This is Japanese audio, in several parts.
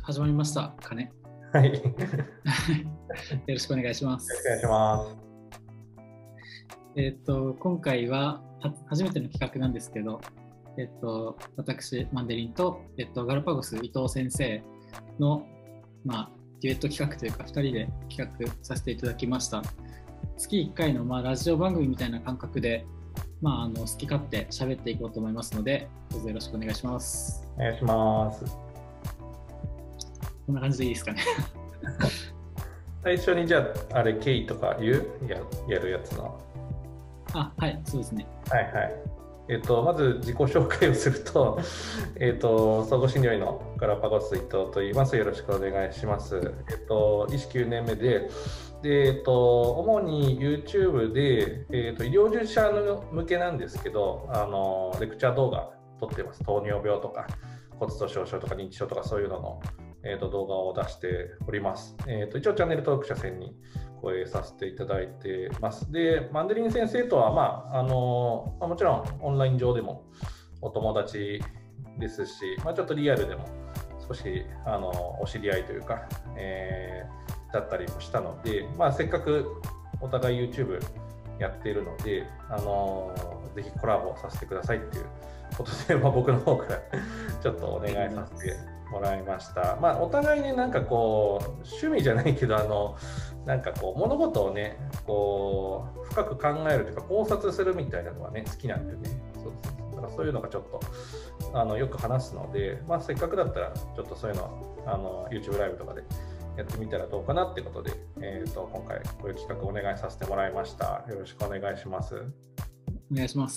始まりました。金。 はい。よよろしくお願いします。 ろしくお願いします。 今回は初めての企画なんですけど、私、マンデリンと、ガラパゴス伊藤先生の、デュエット企画というか、2人で企画させていただきました。月1回の、ラジオ番組みたいな感覚で、好き勝手喋っていこうと思いますので、どうぞよろしくお願いします。 お願いします。 こんな感じでいいですかね。 最初にじゃあ、あれ、経緯とかやるやつの。 はい、そうですね。 はいはい。まず自己紹介をすると、総合診療医のガラパゴス伊藤と言います。よろしくお願いします。医師9年目で、主に YouTube で、医療従事者向けなんですけど、レクチャー動画撮ってます。糖尿病とか骨粗しょう症とか認知症とかそういうのの、動画を出しております。一応チャンネル登録者1000人超えさせていただいてます。で、マンデリン先生とは、もちろんオンライン上でもお友達ですし、ちょっとリアルでも少しお知り合いというか、だったりもしたので、せっかくお互い YouTube やっているので、ぜひコラボさせてくださいっていうことで、僕の方からちょっとお願いさせてもらいました。お互いになんかこう趣味じゃないけどなんかこう物事をねこう深く考えるというか考察するみたいなのがね好きなんでね。だからそういうのがちょっとよく話すので、せっかくだったらちょっとそういうのYouTube ライブとかでやってみたらどうかなってことで、今回こういう企画をお願いさせてもらいました。よろしくお願いします。 お願いします。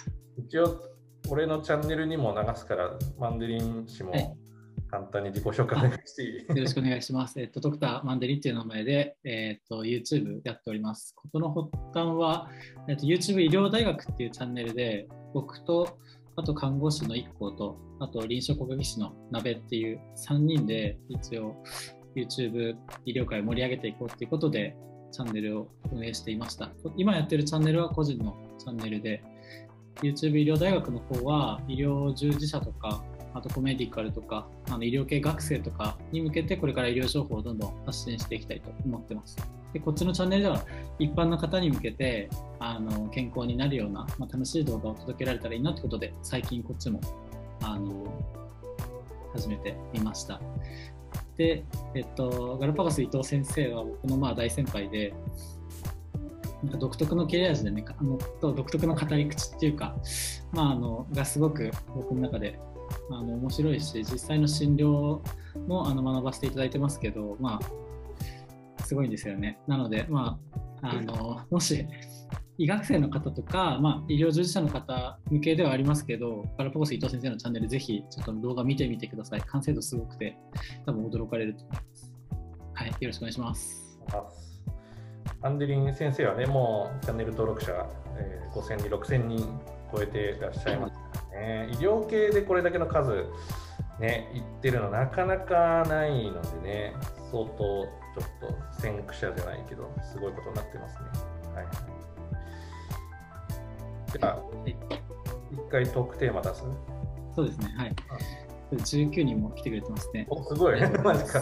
一応俺のチャンネルにも流すからマンデリン氏も簡単に自己紹介お願いしていい？ よろしくお願いします。ドクターマンデリンという名前で、YouTube やっております。ことの発端は、YouTube 医療大学っていうチャンネルで、僕と、あと看護師の1個と、あと臨床国技師の鍋っていう3人で、一応 YouTube 医療界を盛り上げていこうということで、チャンネルを運営していました。今やってるチャンネルは個人のチャンネルで、YouTube 医療大学の方は医療従事者とか、あとコメディカルとか医療系学生とかに向けてこれから医療情報をどんどん発信していきたいと思ってます。でこっちのチャンネルでは一般の方に向けて健康になるような、楽しい動画を届けられたらいいなってことで最近こっちも始めてみました。で、ガラパゴス伊藤先生は僕の大先輩でなんか独特の切れ味でね独特の語り口っていうか、がすごく僕の中で面白いし実際の診療も学ばせていただいてますけどすごいんですよね。なのでもし医学生の方とか、医療従事者の方向けではありますけどガラパゴス伊藤先生のチャンネルぜひちょっと動画見てみてください。完成度すごくて多分驚かれると思います。はい、よろしくお願いします。 マンデリン先生はねもうチャンネル登録者、5000人6000人超えていらっしゃいますからね。医療系でこれだけの数ねいってるのなかなかないのでね相当ちょっと先駆者じゃないけどすごいことになってますね。はい。じゃあ、一回トークテーマ出す？ そうですね、はい。19人も来てくれてますね。 すごいマジか。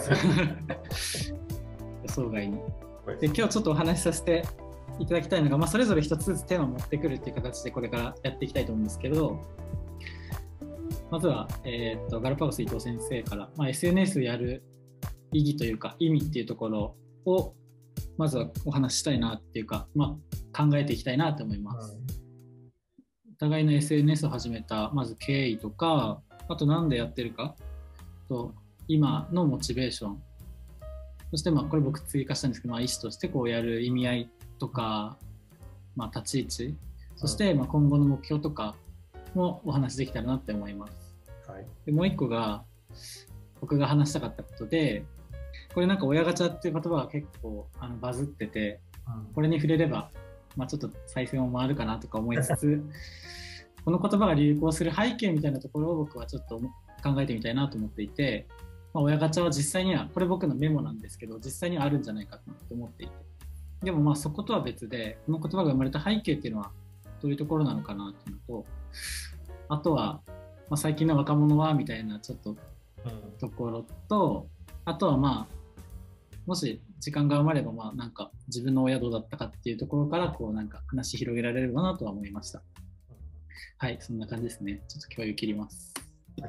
予想外に。で今日ちょっとお話しさせていただきたいのが、それぞれ一つずつテーマを持ってくるっていう形でこれからやっていきたいと思うんですけど、まずは、ガラパゴス伊藤先生から、SNS をやる意義というか意味っていうところをまずはお話ししたいなっていうか、考えていきたいなと思います。お互いの SNS を始めたまず経緯とか、あとなんでやってるかと今のモチベーション、そしてこれ僕追加したんですけど、医師としてこうやる意味合いとか、立ち位置、そして今後の目標とかもお話できたらなって思います。 はい、 でもう一個が僕が話したかったことで、これなんか親ガチャっていう言葉が結構バズってて、これに触れれば、ちょっと再生も回るかなとか思いつつこの言葉が流行する背景みたいなところを僕はちょっと考えてみたいなと思っていて、親ガチャは実際にはこれ僕のメモなんですけど実際にはあるんじゃないかと思っていて、でもそことは別でこの言葉が生まれた背景っていうのはどういうところなのかなっていうのと、あとは、最近の若者はみたいなちょっとところと、あとはまあもし時間が余れば、まあなんか自分の親どうだったかっていうところからこうなんか話広げられればなとは思いました。はい、そんな感じですね。ちょっと共有切ります。 はい、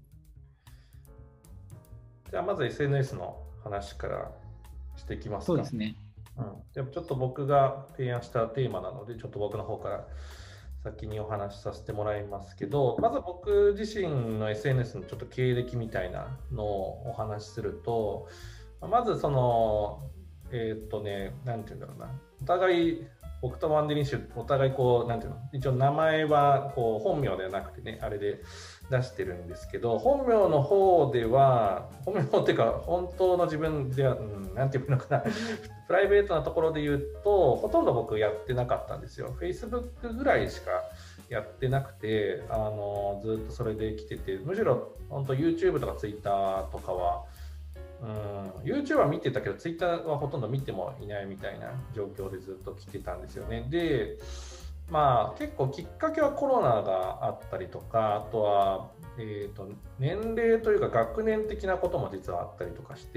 じゃあまず SNS の話からしていきますか。 そうですね。 でもちょっと僕が提案したテーマなので、ちょっと僕の方から先にお話しさせてもらいますけど、まず僕自身の SNS のちょっと経歴みたいなのをお話しすると、まずそのなんていうんだろうな、お互い僕とワンデリンシュお互いこうなんていうの、一応名前はこう本名ではなくてね、あれで出してるんですけど、本名の方では本名っていうか本当の自分では、なんていうのかなプライベートなところで言うとほとんど僕やってなかったんですよ。 Facebook ぐらいしかやってなくて、ずっとそれで来てて、むしろ本当 YouTube とか Twitter とかはYouTube は見てたけど Twitter はほとんど見てもいないみたいな状況でずっと来てたんですよね。で、まあ結構きっかけはコロナがあったりとか、あとは、年齢というか学年的なことも実はあったりとかして、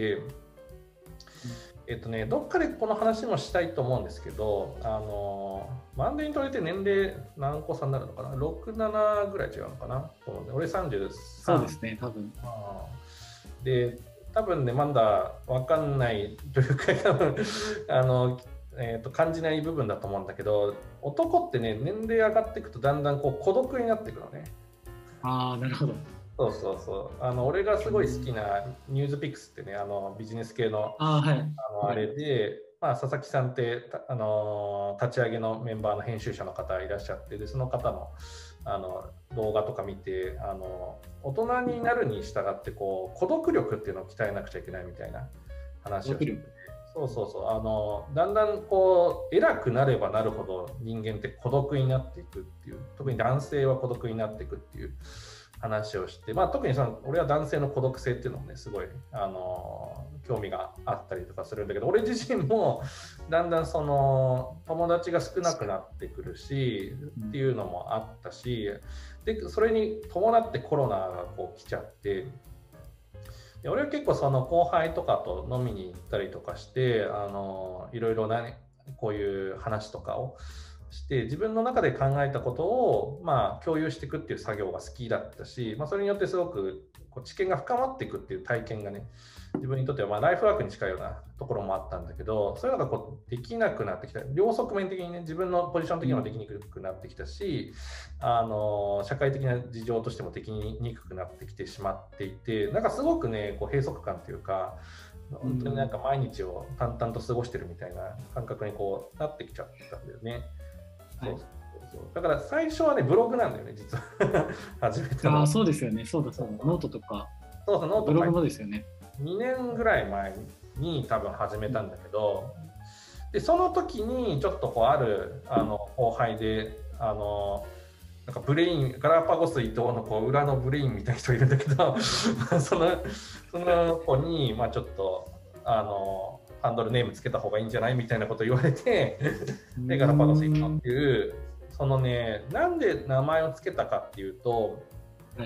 どっかでこの話もしたいと思うんですけど、ワンデにとれて年齢何個差になるのかな、6、7ぐらい違うのかなと思うんで、俺33。 そうですね、多分。 で多分ね、まだ分かんないというか、多分感じない部分だと思うんだけど、男ってね、年齢上がっていくとだんだんこう孤独になっていくのね。 ああ、なるほど。 そうそうそう。俺がすごい好きなニュースピックスってね、ビジネス系のあれで、まあ、佐々木さんって立ち上げのメンバーの編集者の方いらっしゃって、でその方の動画とか見て、大人になるに従ってこう孤独力っていうのを鍛えなくちゃいけないみたいな話をしてて、そうそうそう、だんだんこう偉くなればなるほど人間って孤独になっていくっていう、特に男性は孤独になっていくっていう話をして、まあ、特に俺は男性の孤独性っていうのもねすごい興味があったりとかするんだけど、俺自身もだんだんその友達が少なくなってくるしっていうのもあったし、でそれに伴ってコロナがこう来ちゃって、で俺は結構その後輩とかと飲みに行ったりとかしていろいろな、ね、こういう話とかをして自分の中で考えたことを、まあ、共有していくっていう作業が好きだったし、まあ、それによってすごくこう知見が深まっていくっていう体験がね、自分にとってはまあライフワークに近いようなところもあったんだけど、そういうのがこうできなくなってきた、両側面的にね、自分のポジション的にもできにくくなってきたし、社会的な事情としてもできにくくなってきてしまっていて、なんかすごくねこう閉塞感というか、本当になんか毎日を淡々と過ごしてるみたいな感覚にこうなってきちゃったんだよね。だから最初はねブログなんだよね、実は初めての。 そうですよね、そうだそうだ、ノートとか。 そうそう、ノートブログもですよね。 2年ぐらい前に多分始めたんだけど、でその時にちょっとこうある後輩でなんかブレイン、ガラパゴス伊藤のこう裏のブレインみたいな人いるんだけどその子に、まあ、ちょっとハンドルネームつけた方がいいんじゃないみたいなことを言われてでガラパゴス伊藤っていうそのね、なんで名前をつけたかっていうと、 はい、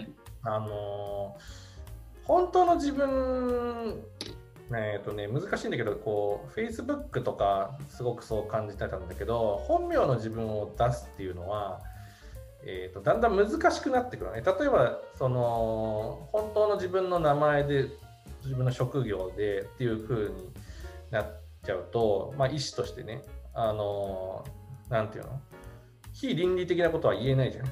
本当の自分難しいんだけど、こう Facebook とかすごくそう感じてたんだけど、本名の自分を出すっていうのは、だんだん難しくなってくるね。例えばその本当の自分の名前で自分の職業でっていう風になっちゃうと、まあ、医師としてね、なんていうの、非倫理的なことは言えないじゃん。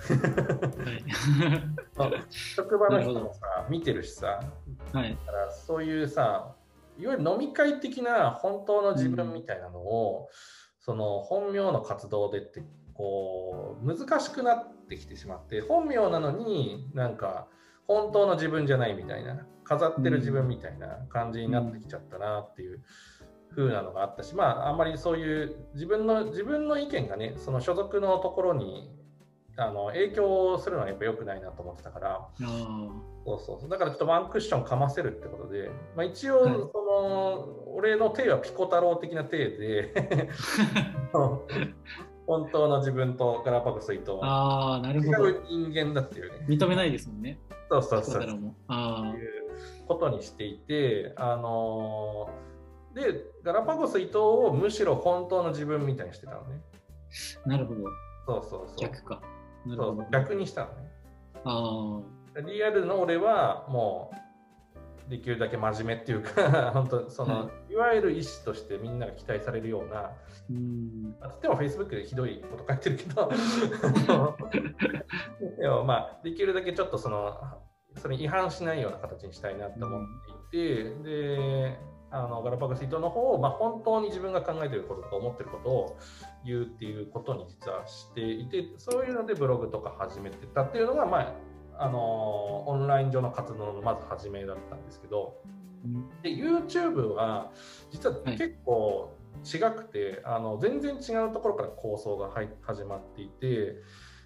はい、職場の人もさ見てるしさ、はい、だからそういうさ、いわゆる飲み会的な本当の自分みたいなのを、その本名の活動でってこう難しくなってきてしまって、本名なのになんか本当の自分じゃないみたいな、飾ってる自分みたいな感じになってきちゃったなっていう風なのがあったし、まああんまりそういう自分の意見がね、その所属のところに影響するのはやっぱ良くないなと思ってたから、そうだからちょっとワンクッションかませるってことで、まあ、一応その、俺の体はピコ太郎的な体で本当の自分とガラパゴス伊藤は違う人間だっていうね、 認めないですもんね。 そういうことにしていて、でガラパゴス伊藤をむしろ本当の自分みたいにしてたのね。 なるほど。 そう逆か。なるほど。 そう逆にしたのね。 あリアルの俺はもうできるだけ真面目っていうか本当その、いわゆる医師としてみんなが期待されるような、でも Facebook でひどいこと書いてるけどでもまあできるだけちょっとそれに違反しないような形にしたいなって思っていて、でガラパゴス伊藤の方を、本当に自分が考えていることとか思っていることを言うっていうことに実はしていて、そういうのでブログとか始めてたっていうのが、オンライン上の活動のまず始めだったんですけど、で YouTube は実は結構違くて、全然違うところから構想が始まっていて、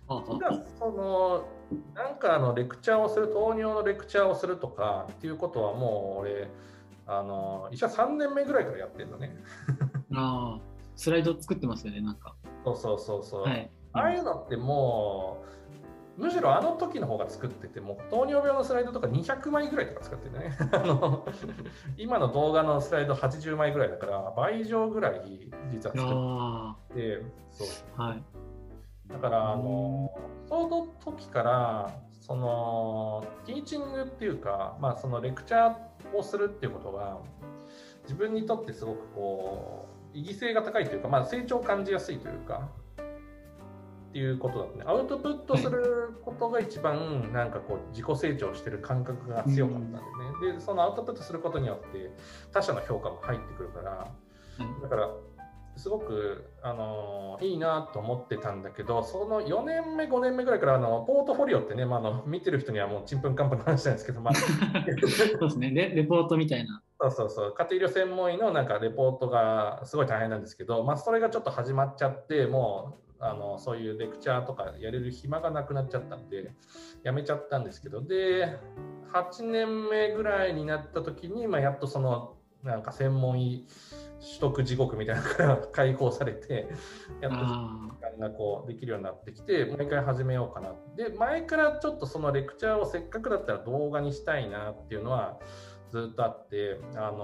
なんかレクチャーをする、糖尿のレクチャーをするとかっていうことはもう俺医者3年目ぐらいからやってるのねスライド作ってますよね、なんか。 そう、はい、ああいうのってもうむしろあの時の方が作ってて、も糖尿病のスライドとか200枚ぐらいとか使ってるね今の動画のスライド80枚ぐらいだから倍以上ぐらい実は作ってて、そう、はい、だからその時からそのティーチングっていうか、そのレクチャーをするっていうことが自分にとってすごくこう意義性が高いというか、成長を感じやすいというかっていうことだね。アウトプットすることが一番なんかこう自己成長してる感覚が強かったんでね、でそのアウトプットすることによって他者の評価も入ってくるから、だからすごくいいなと思ってたんだけど、その4年目5年目ぐらいからポートフォリオってね、見てる人にはもうちんぷんかんぷんの話なんですけど、 そうですね、レポートみたいな。 そう家庭医療専門医のなんかレポートがすごい大変なんですけど、それがちょっと始まっちゃって、もうそういうレクチャーとかやれる暇がなくなっちゃったんでやめちゃったんですけど、で8年目ぐらいになった時に、やっとそのなんか専門医取得地獄みたいなのから解放されて、やっと時間がこうできるようになってきて、もう一回始めようかな。で前からちょっとそのレクチャーをせっかくだったら動画にしたいなっていうのはずっとあって、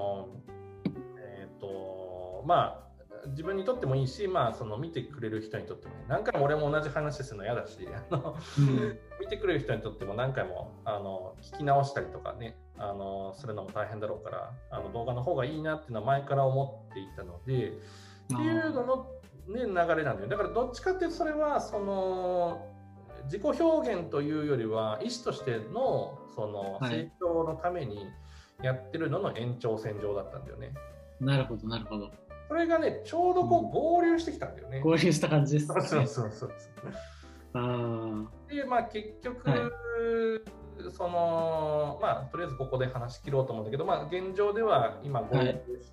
自分にとってもいいし、その見てくれる人にとっても、何回も俺も同じ話するの嫌だし、見てくれる人にとっても何回も聞き直したりとかね、するのも大変だろうから、動画の方がいいなっていうのは前から思っていたので、っていうのの、ね、流れなんだよ。だからどっちかっていうとそれはその自己表現というよりは医師としてのその成長のためにやってるのの延長線上だったんだよね。 なるほどなるほど。 それがねちょうどこう合流してきたんだよね。 合流した感じですね。 そうで結局、そのとりあえずここで話し切ろうと思うんだけど、現状では今合流して、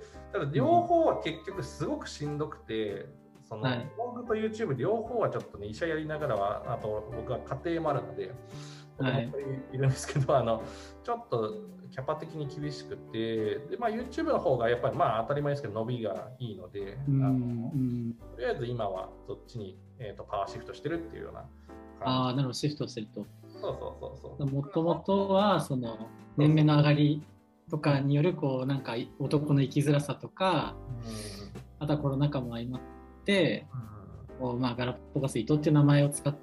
ただ両方は結局すごくしんどくて、そのブログと YouTube 両方はちょっとね医者やりながらは、あと僕は家庭もあるので子供2人いるんですけど、ちょっとキャパ的に厳しくて、でYouTube の方がやっぱり当たり前ですけど伸びがいいので、とりあえず今はそっちに、パワーシフトしてるっていうような感じ。 なるほど、シフトしてると。 そうもともとはその年齢の上がりとかによるこうなんか男の生きづらさとか、あとはコロナ禍も相まって、ガラパゴス伊藤っていう名前を使って、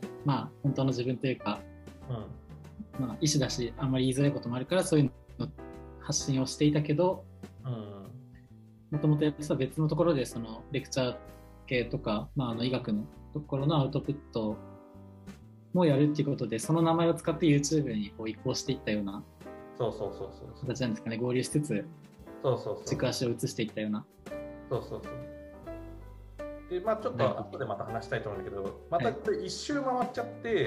本当の自分というか、医師だしあんまり言いづらいこともあるからそういうの発信をしていたけど、もともとやってた別のところでそのレクチャー系とか、医学のところのアウトプットもやるっていうことで、その名前を使って YouTube にこう移行していったような形なんですかね。合流しつつ軸足を移していったような。 でちょっと後でまた話したいと思うんだけど、またこれ一周回っちゃって、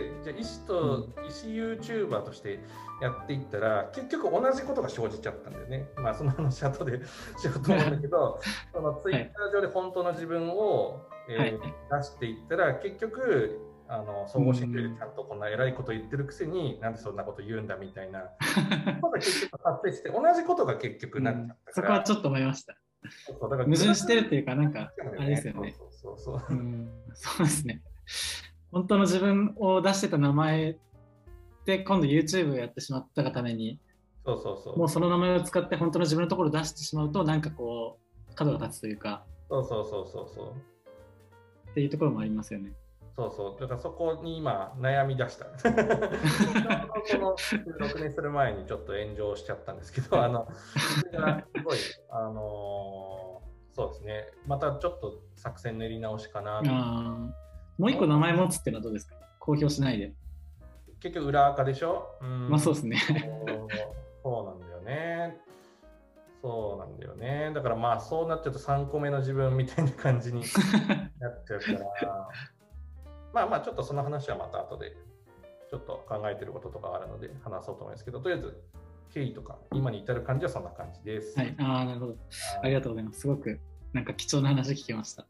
じゃあ医師 YouTuber としてやっていったら結局同じことが生じちゃったんだよね。その話後でしようと思うんだけどその Twitter 上で本当の自分を、出していったら結局総合診療でちゃんとこんな偉いこと言ってるくせになんでそんなこと言うんだみたいなことが結局発生して、同じことが結局なっちゃったから、 そこはちょっと思いました。だから矛盾してるっていうか、なんかあれですよね。そうですね。本当の自分を出してた名前で今度 YouTube をやってしまったがために、 そうそうそう。 もうその名前を使って本当の自分のところを出してしまうとなんかこう角が立つというかそうそうそうそうそう。 っていうところもありますよね。 そうそう。だからそこに今悩み出した。この6年する前にちょっと炎上しちゃったんですけど、それがすごい、そうですね。またちょっと作戦練り直しかな。 もう一個名前持つっていうのはどうですか？公表しないで。 結局裏垢でしょ。 まあそうですね。 そうなんだよね。そうなんだよね。だからまあそうなっちゃうと3個目の自分みたいな感じになっちゃうから。まあまあちょっとその話はまた後でちょっと考えてることとかあるので話そうと思いますけど、とりあえず経緯とか今に至る感じはそんな感じです。 はい、なるほど。ありがとうございます。すごくなんか貴重な話聞きました。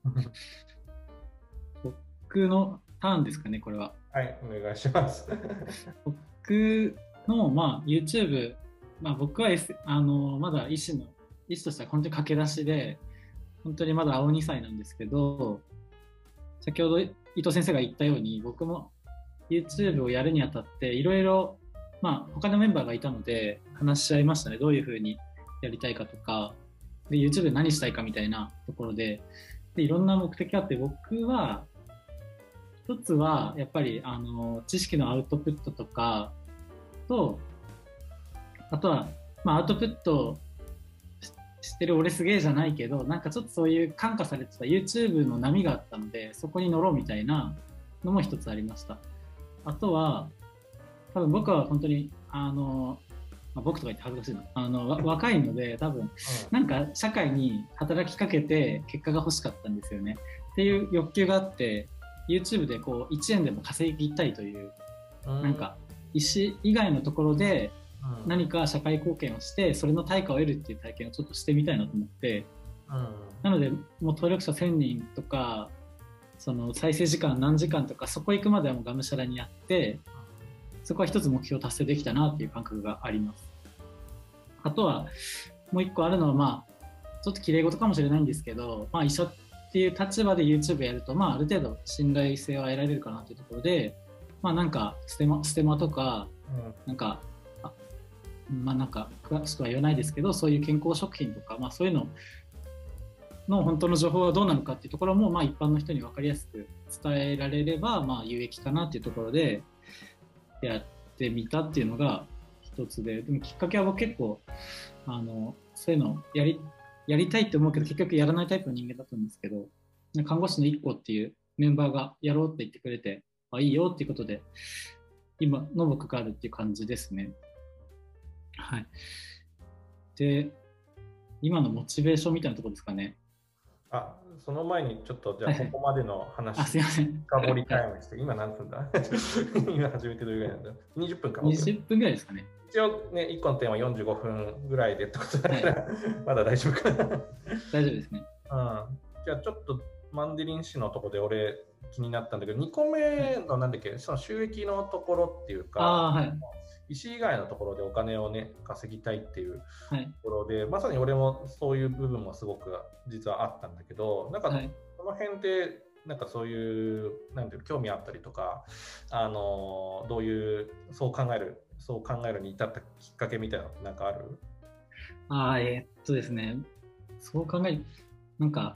僕のターンですかね、これは。 はい、お願いします。 僕の、YouTube、僕は、まだ医師としては本当に駆け出しで、本当にまだ青2歳なんですけど、先ほど伊藤先生が言ったように、僕も YouTube をやるにあたって、いろいろ、他のメンバーがいたので、話し合いましたね。どういうふうにやりたいかとか、で YouTube で何したいかみたいなところで、いろんな目的があって、僕は、一つはやっぱり知識のアウトプットとかと、あとは、アウトプットしてる俺すげえじゃないけど、なんかちょっとそういう感化されてた YouTube の波があったので、そこに乗ろうみたいなのも一つありました。あとは多分僕は本当に僕とか言って恥ずかしいな、若いので多分なんか社会に働きかけて結果が欲しかったんですよねっていう欲求があって、 YouTube でこう1円でも稼ぎたいという、なんか医師以外のところで何か社会貢献をしてそれの対価を得るっていう体験をちょっとしてみたいなと思って、なのでもう登録者1000人とかその再生時間何時間とかそこ行くまではもうがむしゃらにやって、そこは一つ目標達成できたなっていう感覚があります。あとはもう一個あるのは、ちょっと綺麗事かもしれないんですけど、医者っていう立場で YouTube やると、ある程度信頼性は得られるかなというところで、なんかステマとか、なんかなんか詳しくは言わないですけど、そういう健康食品とか、そういうのの本当の情報はどうなのかっていうところも、一般の人に分かりやすく伝えられれば、有益かなっていうところでやってみたっていうのが一つで、でもきっかけは僕結構そういうのやりたいって思うけど結局やらないタイプの人間だったんですけど、看護師の1個っていうメンバーがやろうって言ってくれて、いいよっていうことで今の僕があるっていう感じですね。はい。で、今のモチベーションみたいなところですかね。 その前にちょっとじゃあここまでの話、 すいません。 深掘りタイムして、今何分だ今始めてどれぐらいなんだ ?20 分か。 20分ぐらいですかね。 一応ね、1個のテーマ45分ぐらいでってことだから、まだ大丈夫かな大丈夫ですね。 じゃあちょっとマンデリン氏のところで俺気になったんだけど、2個目のなんだっけ、その収益のところっていうか、医師以外のところでお金をね稼ぎたいっていうところで、まさに俺もそういう部分もすごく実はあったんだけど、なんかその辺でなんかそういうなんていう興味あったりとか、どういうそう考えるに至ったきっかけみたいなのってなんかある？ ですね、そう考える、なんだ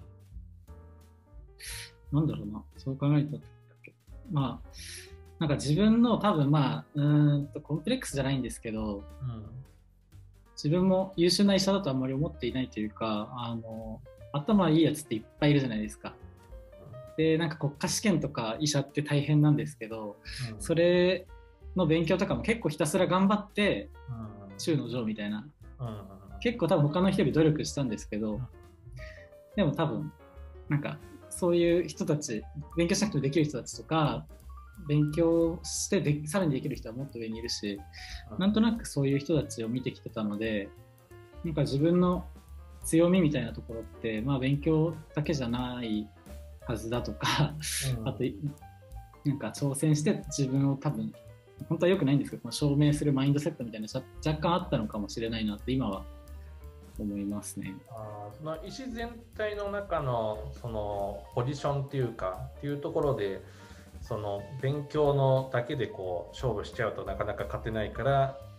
ろうな、そう考えたっけ、なんか自分の多分コンプレックスじゃないんですけど、自分も優秀な医者だとあんまり思っていないというか、頭いいやつっていっぱいいるじゃないですか。で、なんか国家試験とか医者って大変なんですけど、それの勉強とかも結構ひたすら頑張って、中の上みたいな、結構多分他の人より努力したんですけど、でも多分なんかそういう人たち、勉強しなくてもできる人たちとか、勉強してさらにできる人はもっと上にいるし、なんとなくそういう人たちを見てきてたので、なんか自分の強みみたいなところって、勉強だけじゃないはずだとか、あとなんか挑戦して自分を多分本当は良くないんですけど、証明するマインドセットみたいな若干あったのかもしれないなって今は思いますね。 その医師全体の中のそのポジションっていうかっていうところで、その勉強のだけでこう勝負しちゃうとなかなか勝てないからっ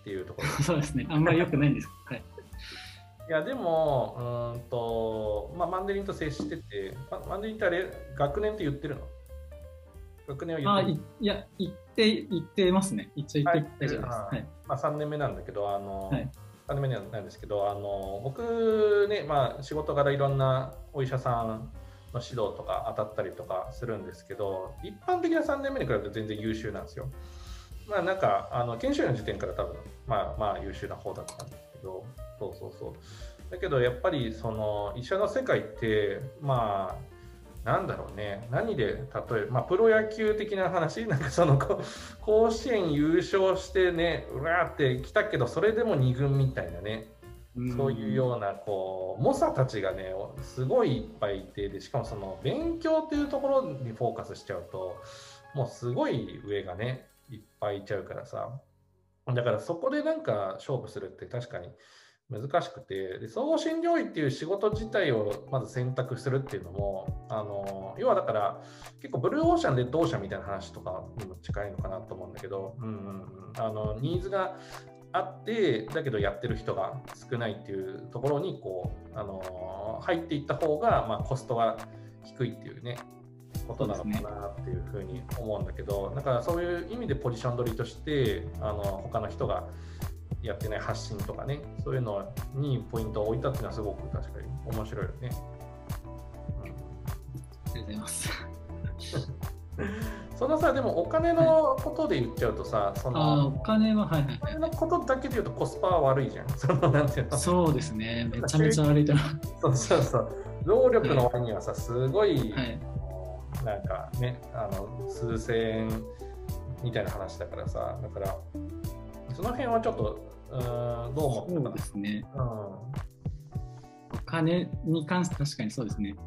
っていうところそうですね、あんまり良くないんです。はい。 いやでもマンデリンと接してて、マンデリンってあれ学年って言ってるの？学年は言ってる？ いや言ってますね。一応言って大丈夫です。はい。 3年目なんだけどはい、 3年目なんですけど僕ね、仕事柄いろんなお医者さんの指導とか当たったりとかするんですけど、一般的な3年目に比べると全然優秀なんですよ。なんか研修医の時点から多分優秀な方だったんですけど、そうだけどやっぱりその医者の世界ってなんだろうね、何で例えば、プロ野球的な話、なんかその甲子園優勝してね、うわーって来たけど、それでも2軍みたいなね、そういうような猛者たちがね、すごいいっぱいいて、でしかもその勉強っていうところにフォーカスしちゃうと、もうすごい上がね、いっぱいいちゃうからさ、だからそこでなんか勝負するって確かに難しくて、で総合診療医っていう仕事自体をまず選択するっていうのも要はだから結構ブルーオーシャンレッドオーシャンみたいな話とかにも近いのかなと思うんだけど、ニーズがあってだけどやってる人が少ないっていうところに入っていった方が、コストが低いっていうねことなのかなっていうふうに思うんだけど、だからそういう意味でポジション取りとして他の人がやってない発信とかね、そういうのにポイントを置いたっていうのはすごく確かに面白いよね。 ありがとうございます。 そのさ、でもお金のことで言っちゃうとさ、 お金は、はいはいはい、 お金のことだけで言うとコスパは悪いじゃん。なんていうの？ そうですね、めちゃめちゃ悪いと思う。 そう労力の割にはさ、すごい、 はい、 なんかね、数千円みたいな話だからさ、だからその辺はちょっとどう思ったかな。 そうですね、お金に関して確かにそうですね。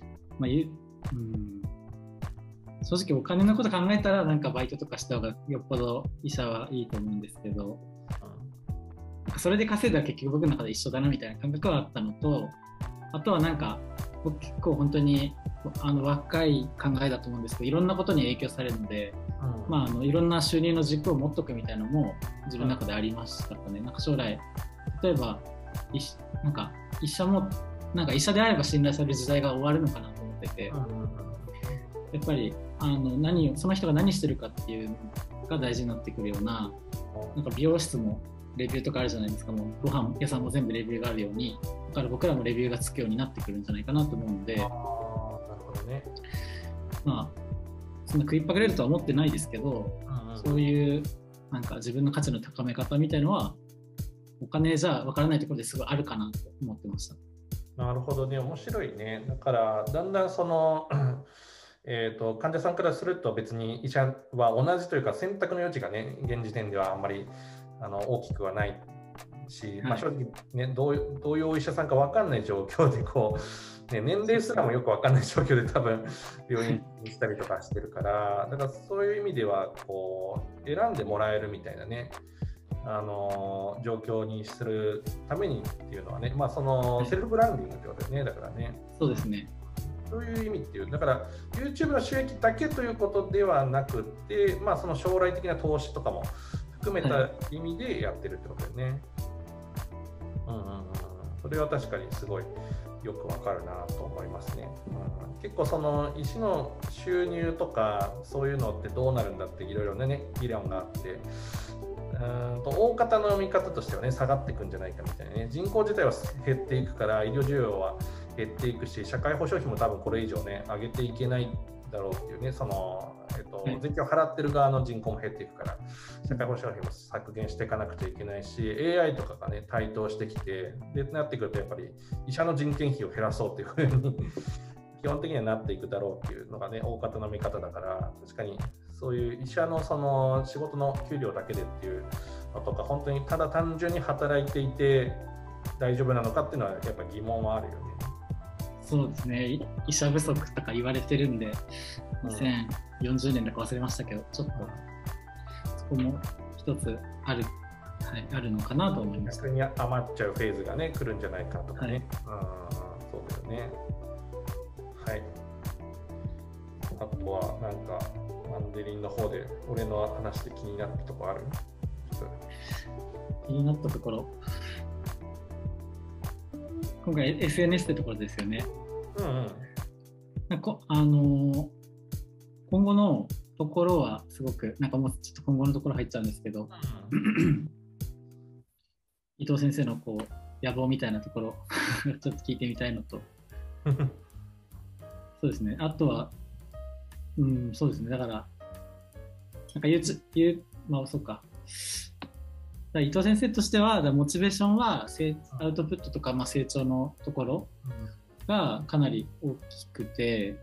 正直お金のこと考えたらなんかバイトとかした方がよっぽど医者はいいと思うんですけど、それで稼いだら結局僕の中で一緒だなみたいな感覚はあったのと、あとはなんか僕結構本当に若い考えだと思うんですけど、いろんなことに影響されるので、いろんな収入の軸を持っとくみたいなのも自分の中でありましたかね。なんか将来例えばなんか医者もなんか医者であれば信頼される時代が終わるのかなと思ってて、やっぱりその人が何してるかっていうのが大事になってくるような、なんか美容室もレビューとかあるじゃないですか。もうご飯屋さんも全部レビューがあるように、だから僕らもレビューがつくようになってくるんじゃないかなと思うので、 なるほどね。 そんな食いっぱぐれるとは思ってないですけど、そういうなんか自分の価値の高め方みたいのはお金じゃ分からないところですごいあるかなと思ってました。 なるほどね、面白いね。だからだんだんその患者さんからすると別に医者は同じというか選択の余地がね現時点ではあんまり大きくはないし、正直ねどういうお医者さんか分かんない状況で年齢すらもよく分かんない状況で多分病院にしたりとかしてるからだからそういう意味では選んでもらえるみたいなね状況にするためにっていうのはね、そのセルフブランディングってことだよね。だからね。 そうですね。 そういう意味っていう、だから YouTube の収益だけということではなくて、その将来的な投資とかも含めた意味でやってるってことだよね。それは確かにすごいよくわかるなと思いますね。結構その医師の収入とかそういうのってどうなるんだっていろいろね議論があって。大方の見方としてはね下がっていくんじゃないかみたいなね、人口自体は減っていくから医療需要は減っていくし社会保障費も多分これ以上ね上げていけないだろうっていうね、その、税金を払ってる側の人口も減っていくから社会保障費も削減していかなくちゃいけないし AI とかがね台頭してきてでなってくるとやっぱり医者の人件費を減らそうっていうふうに基本的にはなっていくだろうっていうのがね大方の見方だから確かにそういう医者のその仕事の給料だけでっていうのとか本当にただ単純に働いていて大丈夫なのかっていうのはやっぱ疑問はあるよね。 そうですね、医者不足とか言われてるんで、2040年だか忘れましたけどちょっとそこも一つあるのかなと思います。 逆に余っちゃうフェーズがね来るんじゃないかとかね、そうだよね。はい。あとはなんかマンデリンの方で俺の話で気になったとこある？ 気になったところ、今回 SNS ってところですよね。なんか今後のところはすごくなんかもうちょっと今後のところ入っちゃうんですけど、伊藤先生のこう野望みたいなところちょっと聞いてみたいのとそうですね、あとはそうですね、だからなんかまあそうか、伊藤先生としてはモチベーションはアウトプットとか、まあ、成長のところがかなり大きくて、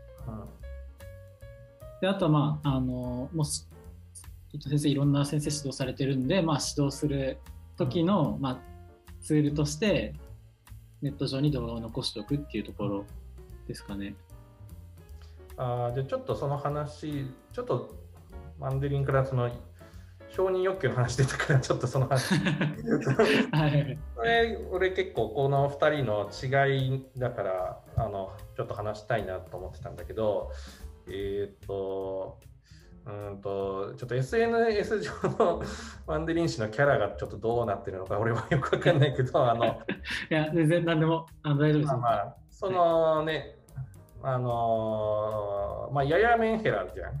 であとはまあもし伊藤先生いろんな先生指導されてるんで、まあ、指導する時の、まあ、ツールとしてネット上に動画を残しておくっていうところですかね。 じゃあちょっとその話、ちょっとマンデリンからその承認欲求の話出たからちょっとその話はい、俺結構この2人の違いだからちょっと話したいなと思ってたんだけど、ちょっと SNS 上のマンデリン氏のキャラがちょっとどうなってるのか俺はよくわかんないけどいや全然何でも大丈夫です。 まあそのね、まあややメンヘラじゃん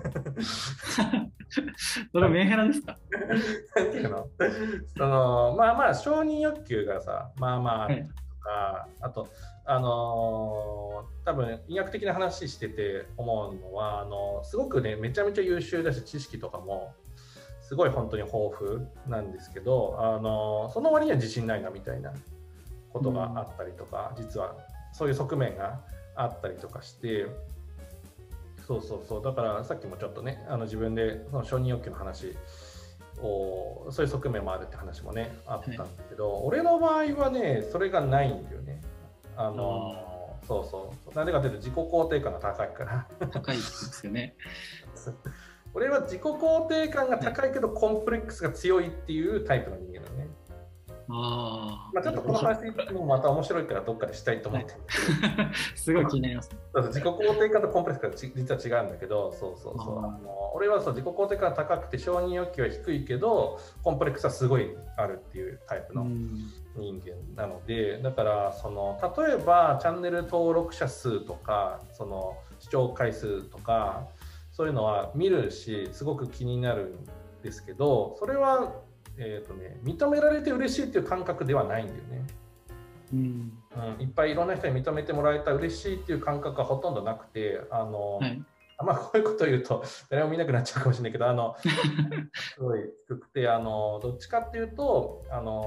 それメンヘラですか？ なんていうの、まあまあ承認欲求がさ、まあまあとか、はい、あと多分医学的な話してて思うのはすごくねめちゃめちゃ優秀だし知識とかもすごい本当に豊富なんですけどその割には自信ないなみたいなことがあったりとか、実はそういう側面があったりとかして、そうだからさっきもちょっとね自分でその承認欲求の話をそういう側面もあるって話もねあったんだけど、はい、俺の場合はねそれがないんだよね。そうなんでかというと自己肯定感が高いから高いですよね俺は自己肯定感が高いけどコンプレックスが強いっていうタイプの人間だね。まあちょっとこの話もまた面白いからどっかでしたいと思ってるんだけど、 すごい気になります、ね、 自己肯定感とコンプレックスが実は違うんだけど、俺は自己肯定感が高くて承認欲求は低いけどコンプレックスはすごいあるっていうタイプの人間なので、だから例えばチャンネル登録者数とか視聴回数とかそういうのは見るしすごく気になるんですけど、それは認められて嬉しいっていう感覚ではないんだよね。いっぱいいろんな人に認めてもらえたら嬉しいっていう感覚はほとんどなくて、はい、まあこういうことを言うと誰も見なくなっちゃうかもしれないけどすごい低くてどっちかっていうと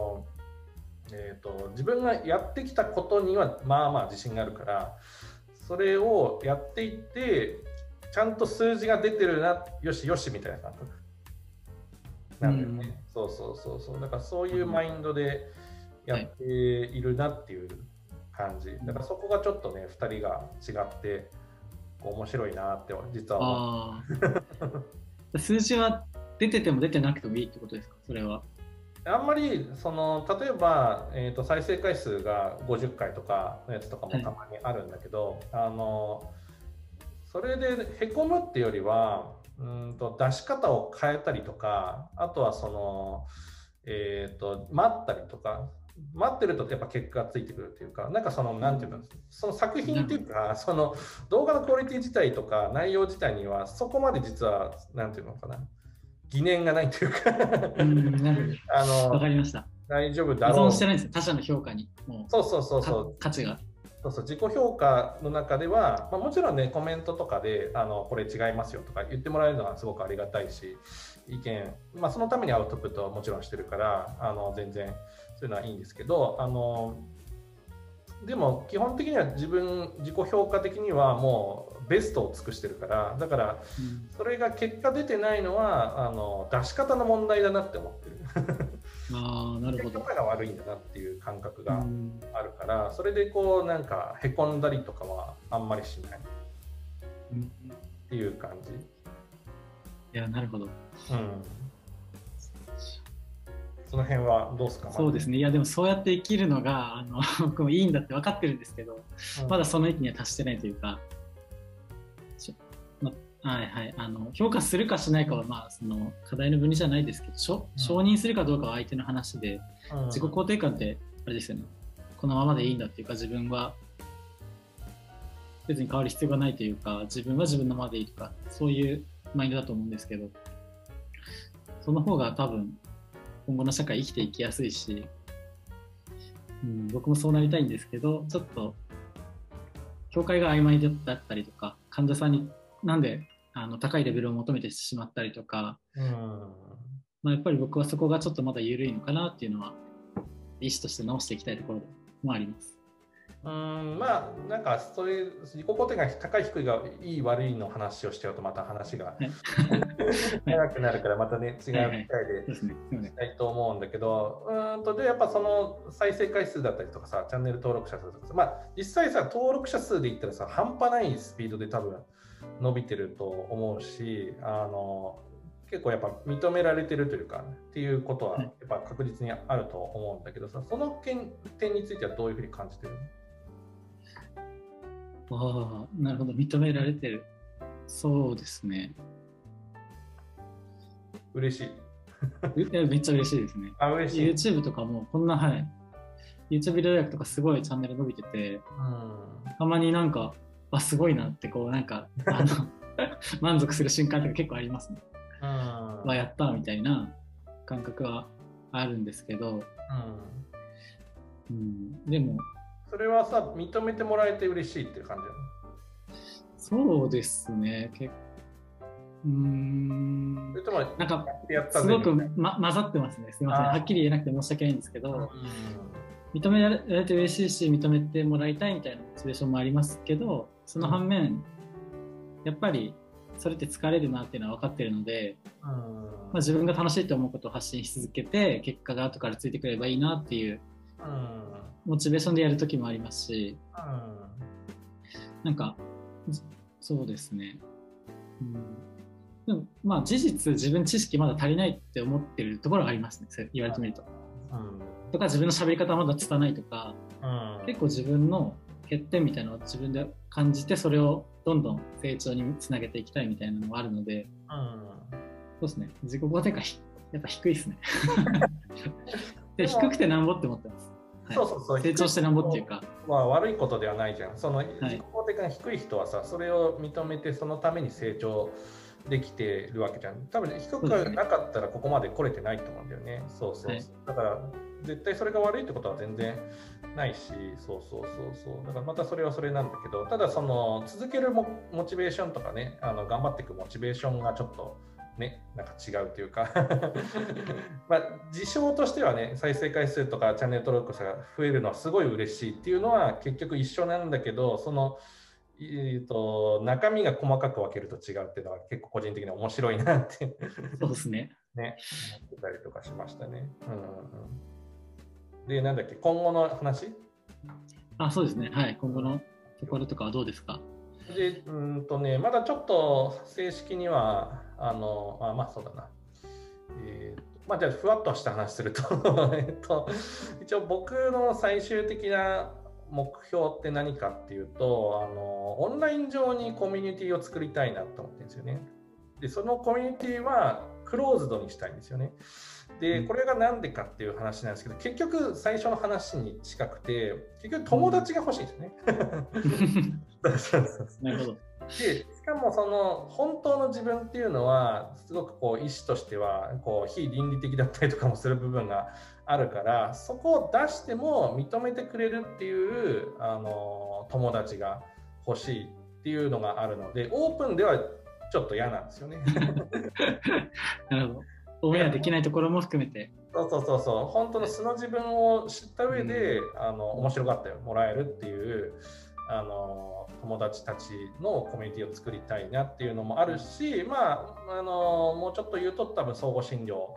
自分がやってきたことにはまあまあ自信があるからそれをやっていってちゃんと数字が出てるなよしよしみたいな感覚なんだよね。そうだからそういうマインドでやっているなっていう感じ、だからそこがちょっとね2人が違って面白いなって実は思う数字は出てても出てなくてもいいってことですか？それはあんまり例えば、再生回数が50回とかのやつとかもたまにあるんだけど、それでへこむっていうよりは出し方を変えたりとか、あとは待ったりとか、待ってるとやっぱ結果がついてくるっていうか、なんかなんていうの、その作品っていうか、動画のクオリティ自体とか内容自体にはそこまで実はなんていうのかな、疑念がないというかわかりました。 大丈夫だろう。 依存してないんですよ、他者の評価に。 そう価値が。 自己評価の中では、まあ、もちろんねコメントとかでこれ違いますよとか言ってもらえるのはすごくありがたいし、意見、まあ、そのためにアウトプットはもちろんしてるから全然そういうのはいいんですけど、でも基本的には自己評価的にはもうベストを尽くしてるから、だからそれが結果出てないのは出し方の問題だなって思ってるなるほど。 結果が悪いんだなっていう感覚があるから、それでこうなんかへこんだりとかはあんまりしないっていう感じ。 いや、なるほど。 その辺はどうですか？ そうですね。いやでもそうやって生きるのが僕もいいんだって分かってるんですけど、まだその域には達してないというか、 はいはい、評価するかしないかは、まあ、その課題の分離じゃないですけど、承認するかどうかは相手の話で、自己肯定感ってあれですよね、このままでいいんだっていうか、自分は別に変わる必要がないというか、自分は自分のままでいいとか、そういうマインドだと思うんですけど、その方が多分今後の社会生きていきやすいし、僕もそうなりたいんですけど、ちょっと境界が曖昧だったりとか、患者さんになんで高いレベルを求めてしまったりとか、まあ、やっぱり僕はそこがちょっとまだ緩いのかなっていうのは医師として直していきたいところもあります。 まあなんかそういう自己肯定が高い低いがいい悪いの話をしちゃうとまた話が長くなるからまたね違う機会でしたいと思うんだけど、でやっぱその再生回数だったりとかさ、チャンネル登録者数とかさ、まあ実際さ登録者数で言ったらさ半端ないスピードで多分伸びてると思うし、結構やっぱ認められてるというかっていうことはやっぱ確実にあると思うんだけどさ、その点についてはどういうふうに感じてるの？ ああ、なるほど、認められてる。そうですね。 嬉しい。 いやめっちゃ嬉しいですね。 嬉しい。 YouTube とかもこんな、はい、YouTube ビデオ予約とかすごいチャンネル伸びてて、たまになんかすごいなってこうなんか満足する瞬間とか結構ありますね。やったみたいな感覚はあるんですけど、でもそれはさ認めてもらえて嬉しいっていう感じなの？ そうですね。なんかすごく、混ざってますね。すみません。はっきり言えなくて申し訳ないんですけど、認められて嬉しいし認めてもらいたいみたいなモチベーションもありますけど、その反面、やっぱりそれって疲れるなっていうのは分かってるので、自分が楽しいと思うことを発信し続けて結果が後からついてくればいいなっていうモチベーションでやる時もありますし、なんかそうですね、でもまあ事実自分知識まだ足りないって思ってるところがありますね、そう言われてみると、とか自分の喋り方まだ拙いとか、結構自分の欠点みたいなのを自分で感じて、それをどんどん成長につなげていきたいみたいなのもあるので、そうですね、自己肯定感やっぱ低いですねで低くてなんぼって思ってます。成長してなんぼっていうか、 悪いことではないじゃん。その自己肯定感が低い人はさ、それを認めてそのために成長できてるわけじゃん。多分低くなかったらここまで来れてないと思うんだよね。だから絶対それが悪いってことは全然ないし、だからまたそれはそれなんだけど、ただその続けるモチベーションとかね、頑張っていくモチベーションがちょっとね、なんか違うというか事象としてはね、再生回数とかチャンネル登録者が増えるのはすごい嬉しいっていうのは結局一緒なんだけど、その、中身が細かく分けると違うっていうのは結構個人的に面白いなってそうですね。 ね、思ってたりとかしましたね。で、なんだっけ、今後の話？ そうですね。はい、今後のところとかはどうですか？ で、まだちょっと正式にはそうだな。じゃあふわっとした話すると一応僕の最終的な目標って何かっていうと、オンライン上にコミュニティを作りたいなと思ってるんですよね。で、そのコミュニティはクローズドにしたいんですよね。で、これがなんでかっていう話なんですけど、結局最初の話に近くて、結局友達が欲しいんですよね。 なるほど。 で、しかもその本当の自分っていうのはすごくこう意思としてはこう非倫理的だったりとかもする部分があるから、そこを出しても認めてくれるっていう友達が欲しいっていうのがあるので、オープンではちょっと嫌なんですよね。 なるほど。オンエアできないところも含めて。 本当の素の自分を知った上で、面白かったよもらえるっていう友達たちのコミュニティを作りたいなっていうのもあるし、もうちょっと言うと多分相互診療、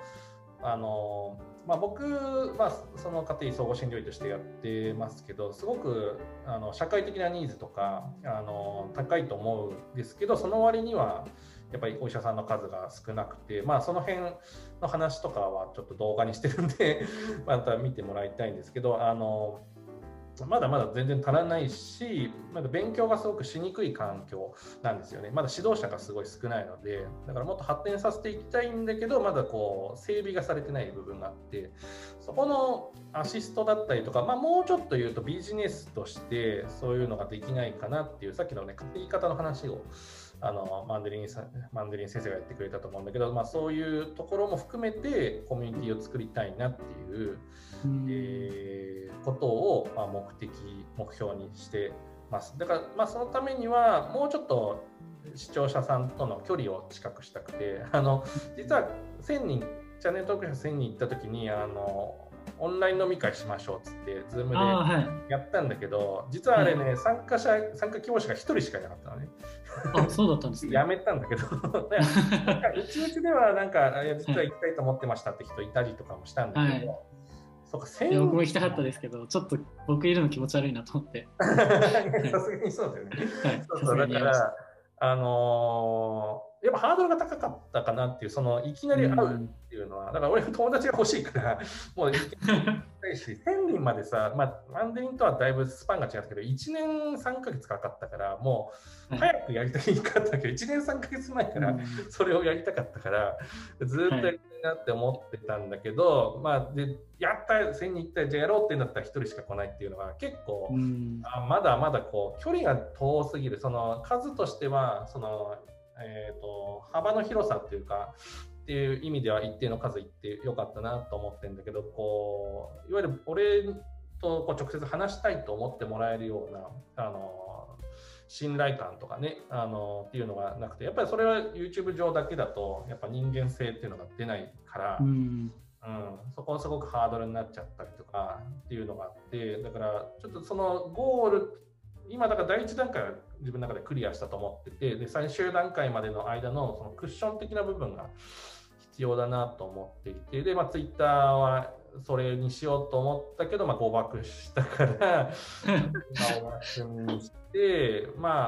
僕はその家庭総合診療医としてやってますけど、すごく社会的なニーズとか高いと思うんですけど、その割にはやっぱりお医者さんの数が少なくて、その辺の話とかはちょっと動画にしてるんでまた見てもらいたいんですけど、 まだまだ全然足らないし、まだ勉強がすごくしにくい環境なんですよね。まだ指導者がすごい少ないので、だからもっと発展させていきたいんだけど、まだこう整備がされてない部分があって、そこのアシストだったりとか、もうちょっと言うとビジネスとしてそういうのができないかなっていう、さっきのね、稼ぎ方の話をマンデリン先生がやってくれたと思うんだけど、そういうところも含めてコミュニティを作りたいなっていう、ことを目標にしてます。だからそのためにはもうちょっと視聴者さんとの距離を近くしたくて、実は1000人チャンネル登録者1000人行った時にオンライン飲み会しましょうっつって Zoom でやったんだけど、実はあれね、参加希望者が1人しかいなかったのね。 そうだったんですね。 やめたんだけどうちでは実は行きたいと思ってましたって人いたりとかもしたんだけど、そうか、 僕も行きたかったですけど、ちょっと僕いるの気持ち悪いなと思って。 さすがにそうだよね。だからやっぱハードルが高かったかなっていう、いきなり会うっていうのは、だから俺友達が欲しいから、もう行きたいし、1000人までさ、マンデリンとはだいぶスパンが違ったけど、1年3ヶ月かかったから、もう早くやりたいかったけど、1年3ヶ月前からそれをやりたかったから、ずっとやりたいなって思ってたんだけど、でやった1000人行ったら、じゃあやろうってなったら1人しか来ないっていうのは、結構、まだまだこう距離が遠すぎる、数としては、幅の広さっていうかっていう意味では一定の数いってよかったなと思ってるんだけど、いわゆる俺と直接話したいと思ってもらえるような信頼感とかねっていうのがなくて、やっぱりそれは YouTube 上だけだとやっぱ人間性っていうのが出ないから、そこはすごくハードルになっちゃったりとかっていうのがあって、だからちょっとそのゴール、今だから第一段階は自分の中でクリアしたと思ってて、で最終段階までの間のそのクッション的な部分が必要だなと思っていて、でツイッターはそれにしようと思ったけど、誤爆したからお休みにして、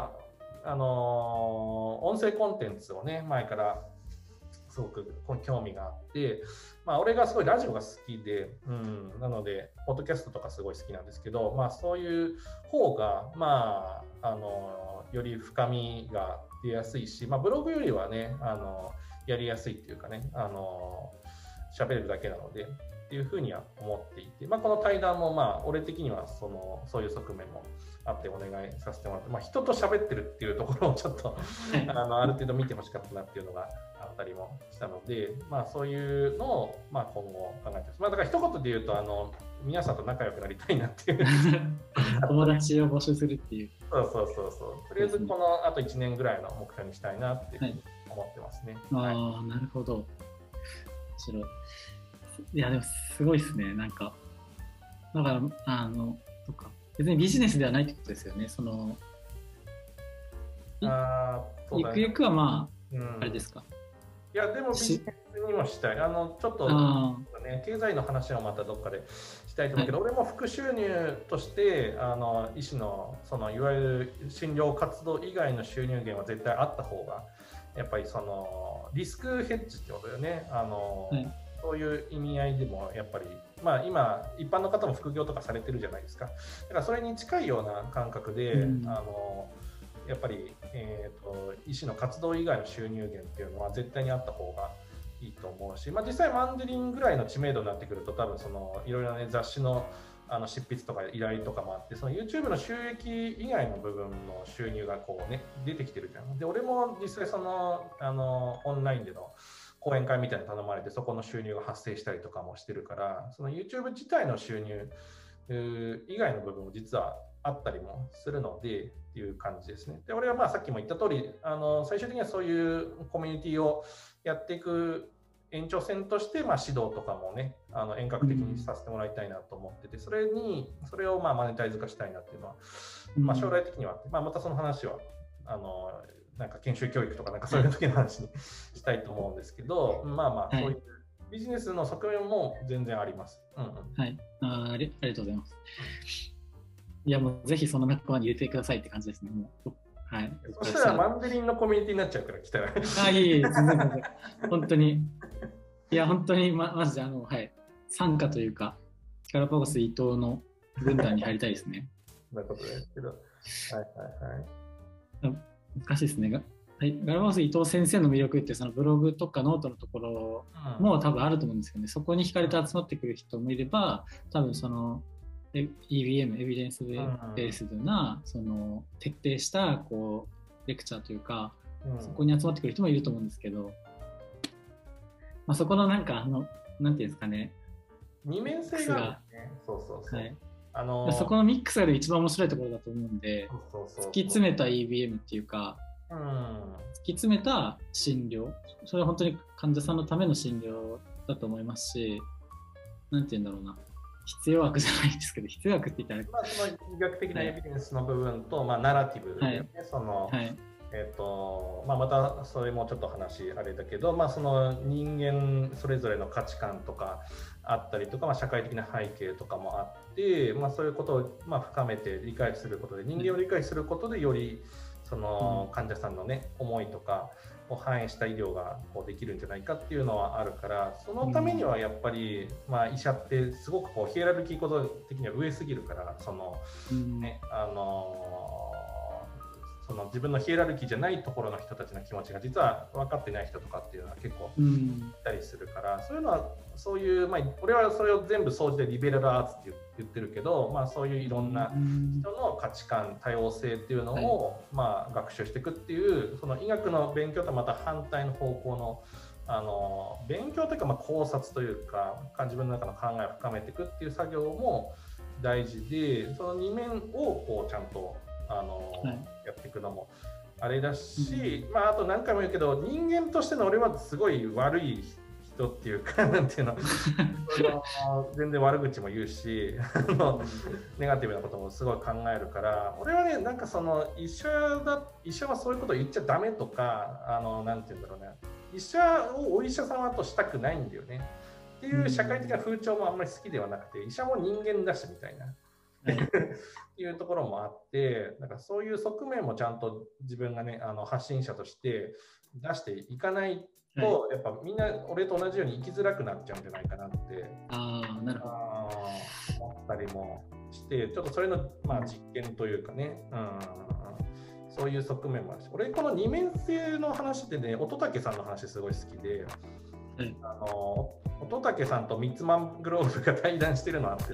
音声コンテンツをね前からすごく興味があって、俺がすごいラジオが好きで、なのでポッドキャストとかすごい好きなんですけど、そういう方がより深みが出やすいし、ブログよりはねやりやすいっていうかね喋れるだけなのでっていうふうには思っていて、この対談も俺的にはそういう側面もあってお願いさせてもらって、人と喋ってるっていうところをちょっとある程度見てほしかったなっていうのがあったりもしたので、そういうのを今後考えてます。だから一言で言うと皆さんと仲良くなりたいなっていう友達を募集するっていう。 そうとりあえずこのあと1年ぐらいの目標にしたいなって思ってますね。 なるほど。面白い。いやでもすごいですね。だからとか別にビジネスではないってことですよね。ゆくゆくはあれですか。 いやでもビジネスにもしたい。ちょっとね経済の話はまたどっかでしたいと思うけど、俺も副収入として医師のいわゆる診療活動以外の収入源は絶対あった方がやっぱりリスクヘッジってことだよね。そういう意味合いでもやっぱり今一般の方も副業とかされてるじゃないですか。だからそれに近いような感覚で、やっぱり、医師の活動以外の収入源っていうのは絶対にあった方がいいと思うし、実際マンデリンぐらいの知名度になってくると多分いろいろね雑誌の執筆とか依頼とかもあって、YouTube の収益以外の部分の収入が出てきてるじゃん。で俺も実際オンラインでの講演会みたいなの頼まれてそこの収入が発生したりとかもしてるから、YouTube 自体の収入以外の部分も実はあったりもするのでっていう感じですね。で俺はさっきも言った通り最終的にはそういうコミュニティをやっていく延長線として指導とかもね遠隔的にさせてもらいたいなと思ってて、それをマネタイズ化したいなっていうのは、将来的にはあって、またその話はなんか研修教育とかそういう時の話にしたいと思うんですけど、そういうビジネスの側面も全然あります。 はい、ありがとうございます。いやもうぜひその仲間に入れてくださいって感じですね。はい。 そしたらマンデリンのコミュニティになっちゃうから来たら。 いえ全然本当にいや本当にマジで参加というか、キャラパゴス伊藤の軍団に入りたいですね。 なるほどですけど。はいはいはい。 難しいですね。ガラパゴス伊藤先生の魅力ってそのブログとかノートのところも多分あると思うんですよね。そこに惹かれて集まってくる人もいれば、多分その EBM、エビデンスベースなその徹底したこうレクチャーというか、そこに集まってくる人もいると思うんですけど、まあ、そこのなんかなんていうんですかね、 二面性があるね。そうそうそう。 はい、そこのミックスが一番面白いところだと思うんで、突き詰めた EBM っていうか、突き詰めた診療、それは本当に患者さんのための診療だと思いますし、なんて言うんだろうな、必要悪じゃないんですけど、必要悪って言ったら、 まあ、その医学的なエビデンスの部分と、まあ、ナラティブですね、その、まあ、またそれもちょっと話あれだけど、まあ、その人間それぞれの価値観とかあったりとか、まあ、社会的な背景とかもあって、まあ、そういうことをまあ深めて理解することで、人間を理解することでよりその患者さんのね、思いとかを反映した医療がこうできるんじゃないかっていうのはあるから、そのためにはやっぱり、まあ、医者ってすごくこうヒエラルキー構造的には上すぎるから、そのね、その自分のヒエラルキーじゃないところの人たちの気持ちが実は分かってない人とかっていうのは結構いたりするから、そういうのはそういう、まあ、俺はそれを全部総じてリベラルアーツって言ってるけど、まあ、そういういろんな人の価値観、多様性っていうのを、まあ、学習していくっていう、その医学の勉強とはまた反対の方向の勉強というか、まあ、考察というか自分の中の考えを深めていくっていう作業も大事で、その2面をこうちゃんとやっていくのもあれだし、まあ、あと何回も言うけど、人間としての俺はすごい悪い人っていうか、なんていうの全然悪口も言うしネガティブなこともすごい考えるから、俺はね、なんかその医者はそういうことを言っちゃダメとか、なんていうんだろうね、医者をお医者様としたくないんだよねっていう社会的な風潮もあんまり好きではなくて、医者も人間だしみたいなっていうところもあって、なんかそういう側面もちゃんと自分がね、発信者として出していかないと、やっぱみんな俺と同じように生きづらくなっちゃうんじゃないかなってなるほど思ったりもして、ちょっとそれの、まあ、実験というかね、そういう側面もあるし、俺この二面性の話でね、乙武さんの話すごい好きで、乙武さんとミッツマングローブが対談してるのあって、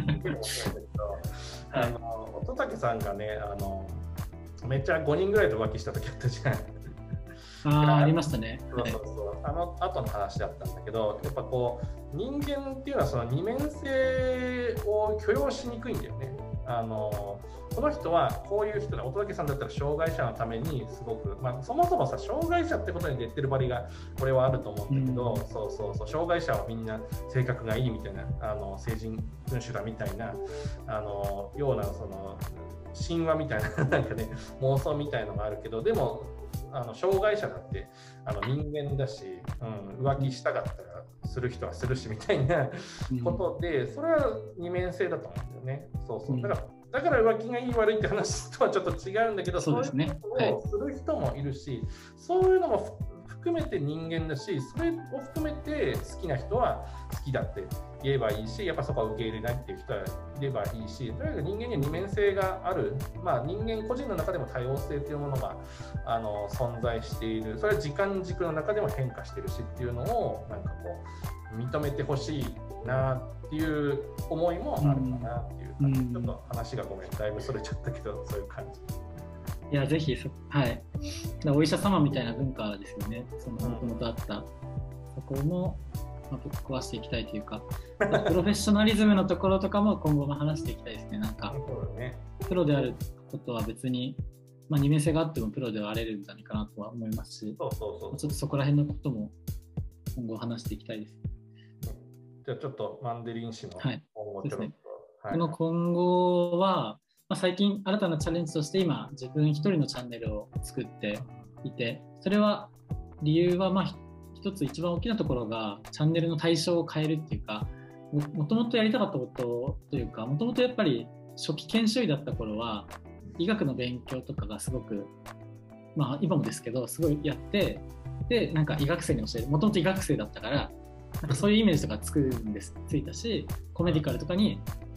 乙武さんがね、めっちゃ5人ぐらいと浮気した時あったじゃん。 ありましたね。 そうそうそう、後の話だったんだけど、やっぱこう人間っていうのはその二面性を許容しにくいんだよね。この人はこういう人だ、乙武さんだったら障害者のためにすごく、まあ、そもそもさ、障害者ってことにレッテル張りがこれはあると思うんだけど、そう障害者はみんな性格がいいみたいな、成人君主だみたいなようなその神話みたいななんかね、妄想みたいのがあるけど、でも障害者だって人間だし、浮気したかったらする人はするしみたいなことで、それは二面性だと思うんだよね。だから浮気がいい悪いって話とはちょっと違うんだけど、そういうことをする人もいるし、そういうのも含めて人間だし、それを含めて好きな人は好きだって言えばいいし、やっぱそこは受け入れないっていう人はいればいいし、とにかく人間には二面性がある、まあ、人間個人の中でも多様性というものが存在している、それは時間軸の中でも変化しているしっていうのをなんかこう認めてほしいなっていう思いもあるかなっていう感じ、ちょっと話がごめんだいぶそれちゃったけど、そういう感じ。 いや、ぜひはい、お医者様みたいな文化ですよね、もともとあった、そこもぶっ壊していきたいというか、プロフェッショナリズムのところとかも今後も話していきたいですね。なんかプロであることは別に、まあ、二面性があってもプロではあれるんじゃないかなとは思いますし、ちょっとそこら辺のことも今後話していきたいです。 じゃあちょっとマンデリン氏の今後ちょっと、 この今後は、まあ、最近新たなチャレンジとして今自分一人のチャンネルを作っていて、それは理由はまあ一つ一番大きなところがチャンネルの対象を変えるっていうか、もともとやりたかったことというか、もともとやっぱり初期研修医だった頃は医学の勉強とかがすごく、まあ今もですけどすごいやって、でなんか医学生に教える、もともと医学生だったからなんかそういうイメージとかついたし、コメディカルとかに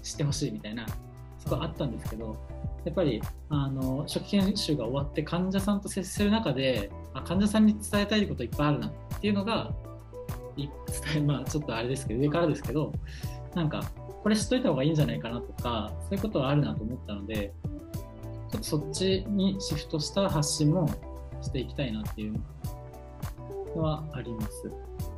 知ってほしいみたいなそこはあったんですけど、やっぱり初期研修が終わって患者さんと接する中で患者さんに伝えたいこといっぱいあるなっていうのがまあちょっとあれですけど上からですけど、なんかこれ知っといた方がいいんじゃないかなとかそういうことはあるなと思ったので、ちょっとそっちにシフトした発信もしていきたいなっていうのはあります。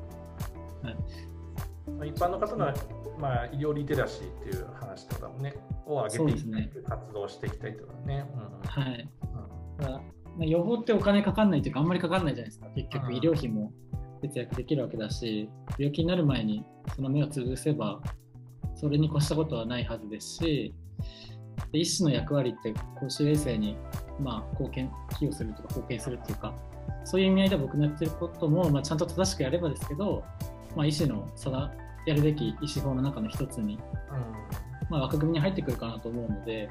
はい、一般の方の、まあ、医療リテラシーっていう話とかもね、を上げていきたいという活動をしていきたいというのね。 はい。予防ってお金かかんないというか、あんまりかかんないじゃないですか。結局医療費も節約できるわけだし、病気になる前にその目を潰せばそれに越したことはないはずですし、医師の役割って公衆衛生に寄与するとか貢献するっていうか、そういう意味合いで僕のやってることも、ちゃんと正しくやればですけど、医師のやるべき医師法の中の一つに、枠組みに入ってくるかなと思うので、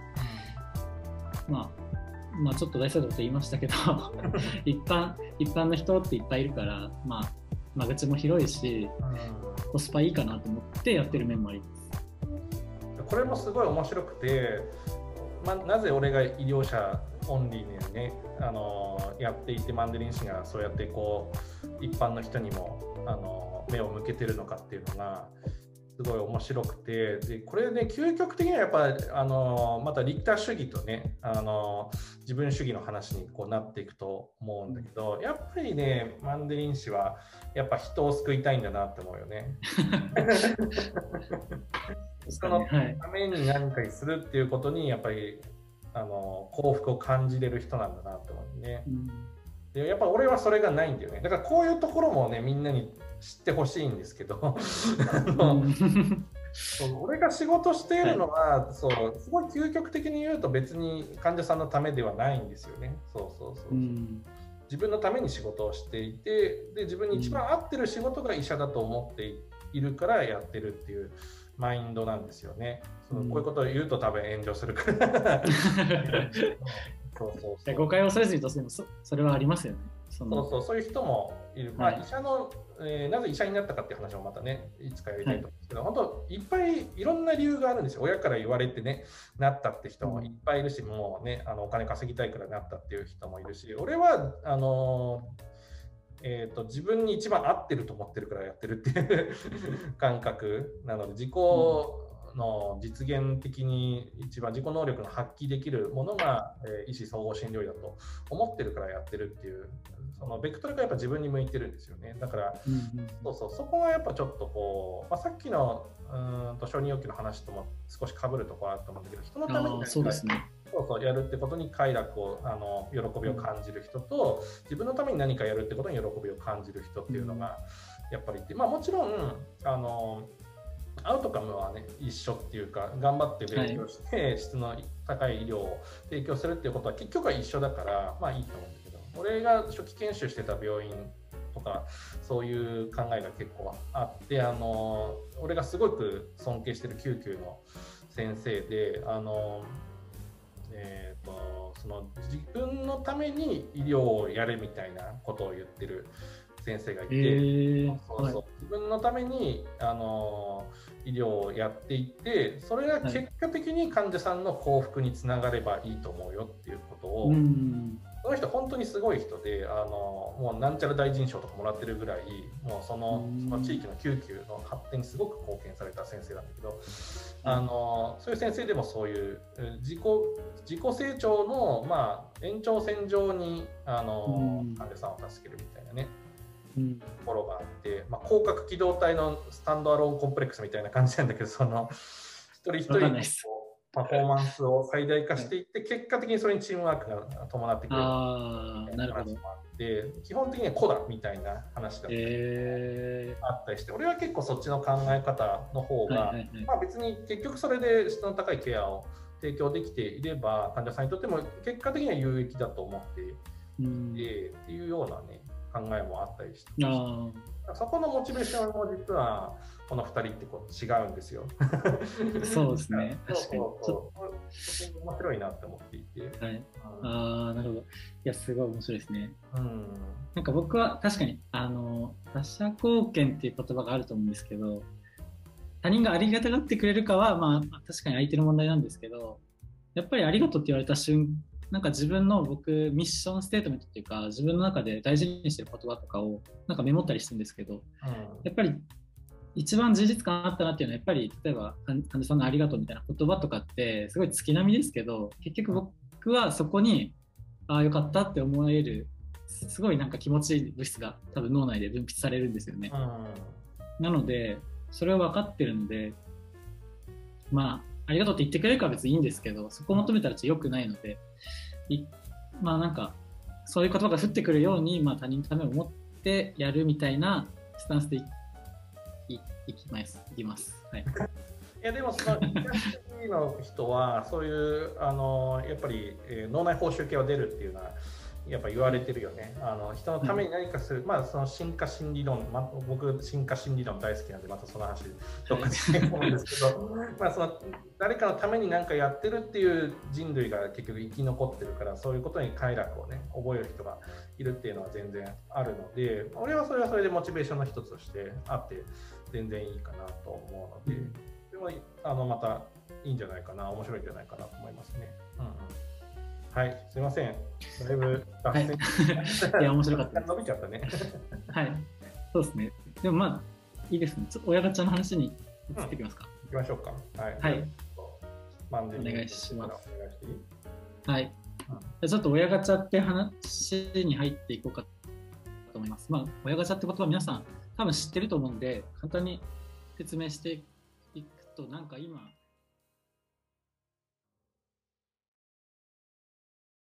ちょっと大それたこと言いましたけど一般の人っていっぱいいるから、間口も広いし、コスパいいかなと思ってやってる面もあります。 これもすごい面白くて、なぜ俺が医療者オンリーでね、やっていて、マンデリン氏がそうやってこう一般の人にも目を向けてるのかっていうのがすごい面白くて、でこれね、究極的にはやっぱまたリッター主義とね、自分主義の話にこうなっていくと思うんだけど、やっぱりね、マンデリン氏はやっぱ人を救いたいんだなって思うよね。人のために何かするっていうことにやっぱり幸福を感じれる人なんだなって思うね。でやっぱ俺はそれがないんだよね。だからこういうところもね、みんなに知ってほしいんですけど俺が仕事しているのは、すごい究極的に言うと別に患者さんのためではないんですよね。自分のために仕事をしていて、で自分に一番合ってる仕事が医者だと思っているからやってるっていうマインドなんですよね。こういうことを言うと多分炎上するから誤解を恐れずにとしてもそれはありますよね。 そういう人もいる。医者の、なぜ医者になったかっていう話もまたね、いつかやりたいと思うんですけど、本当いっぱいいろんな理由があるんですよ。親から言われてね、なったって人もいっぱいいるし、もうね、お金稼ぎたいからなったっていう人もいるし、俺は自分に一番合ってると思ってるからやってるっていう感覚なので、自己の実現的に一番自己能力の発揮できるものが、医師総合診療医だと思ってるからやってるっていう、そのベクトルがやっぱ自分に向いてるんですよね。だから、そこがやっぱちょっとこう、さっきの承認欲求の話とも少し被るところあると思うんだけど、人のためにやるってことに快楽を喜びを感じる人と、自分のために何かやるってことに喜びを感じる人っていうのがやっぱりいて、もちろんアウトカムはね一緒っていうか、頑張って勉強して質の高い医療を提供するっていうことは結局は一緒だからいいと思うんだけど、俺が初期研修してた病院とかそういう考えが結構あって、俺がすごく尊敬してる救急の先生で、その自分のために医療をやれみたいなことを言ってる先生がいて、自分のために医療をやっていって、それが結果的に患者さんの幸福につながればいいと思うよっていうことを、その人本当にすごい人で、もうなんちゃら大臣賞とかもらってるぐらい、もうその地域の救急の発展にすごく貢献された先生なんだけど、そういう先生でもそういう自己成長の延長線上に患者さんを助けるみたいなね、ところがあって、広角機動隊のスタンドアローンコンプレックスみたいな感じなんだけど、その一人一人のパフォーマンスを最大化していって、結果的にそれにチームワークが伴ってくるみたいな話もあって、基本的には個だみたいな話だったりあったりして、俺は結構そっちの考え方の方が、別に結局それで質の高いケアを提供できていれば患者さんにとっても結果的には有益だと思っていて、っていうようなね考えもあったりして、そこのモチベーションも実はこの2人ってこう違うんですよ。 そうですね。確かに。 面白いなって思っていて。 なるほど。いや、すごい面白いですね。なんか僕は確かに他者貢献っていう言葉があると思うんですけど、 他人がありがたがってくれるかは、まあ、確かに相手の問題なんですけど、やっぱりありがとうって言われたなんか自分の僕ミッションステートメントっていうか、自分の中で大事にしてる言葉とかをなんかメモったりしてるんですけど、やっぱり一番充実感あったなっていうのは、やっぱり例えば患者さんのありがとうみたいな言葉とかってすごい月並みですけど、結局僕はそこにああよかったって思える、すごいなんか気持ちいい物質が多分脳内で分泌されるんですよね。なのでそれを分かってるので、まあありがとうって言ってくれるかは別にいいんですけど、そこを求めたらちょっと良くないので、まあなんかそういう言葉が降ってくるように、まあ、他人のためを思ってやるみたいなスタンスでいきます。はい。いやでもその東の人はそういうやっぱり、脳内報酬系は出るっていうのはやっぱ言われてるよね。人のために何かする、まあその進化心理論、僕進化心理論大好きなんでまたその話どっかで思うんですけど、まあその誰かのために何かやってるっていう人類が結局生き残ってるから、そういうことに快楽をね覚える人がいるっていうのは全然あるので、俺はそれはそれでモチベーションの一つとしてあって全然いいかなと思うので、でもまたいいんじゃないかな、面白いんじゃないかなと思いますね。はい、すみません。だいぶ脱線、 はい、いや面白かったです。 伸びちゃったね。 はい、そうですね。でもまあいいですね。ちょっと親ガチャの話に移っていきますか。 行きましょうか。はい。 はい。 お願いします。 お願いしていい？ はい。ちょっと親ガチャって話に入っていこうかと思います。まあ親ガチャって言葉皆さん多分知ってると思うんで、簡単に説明していくと、なんか今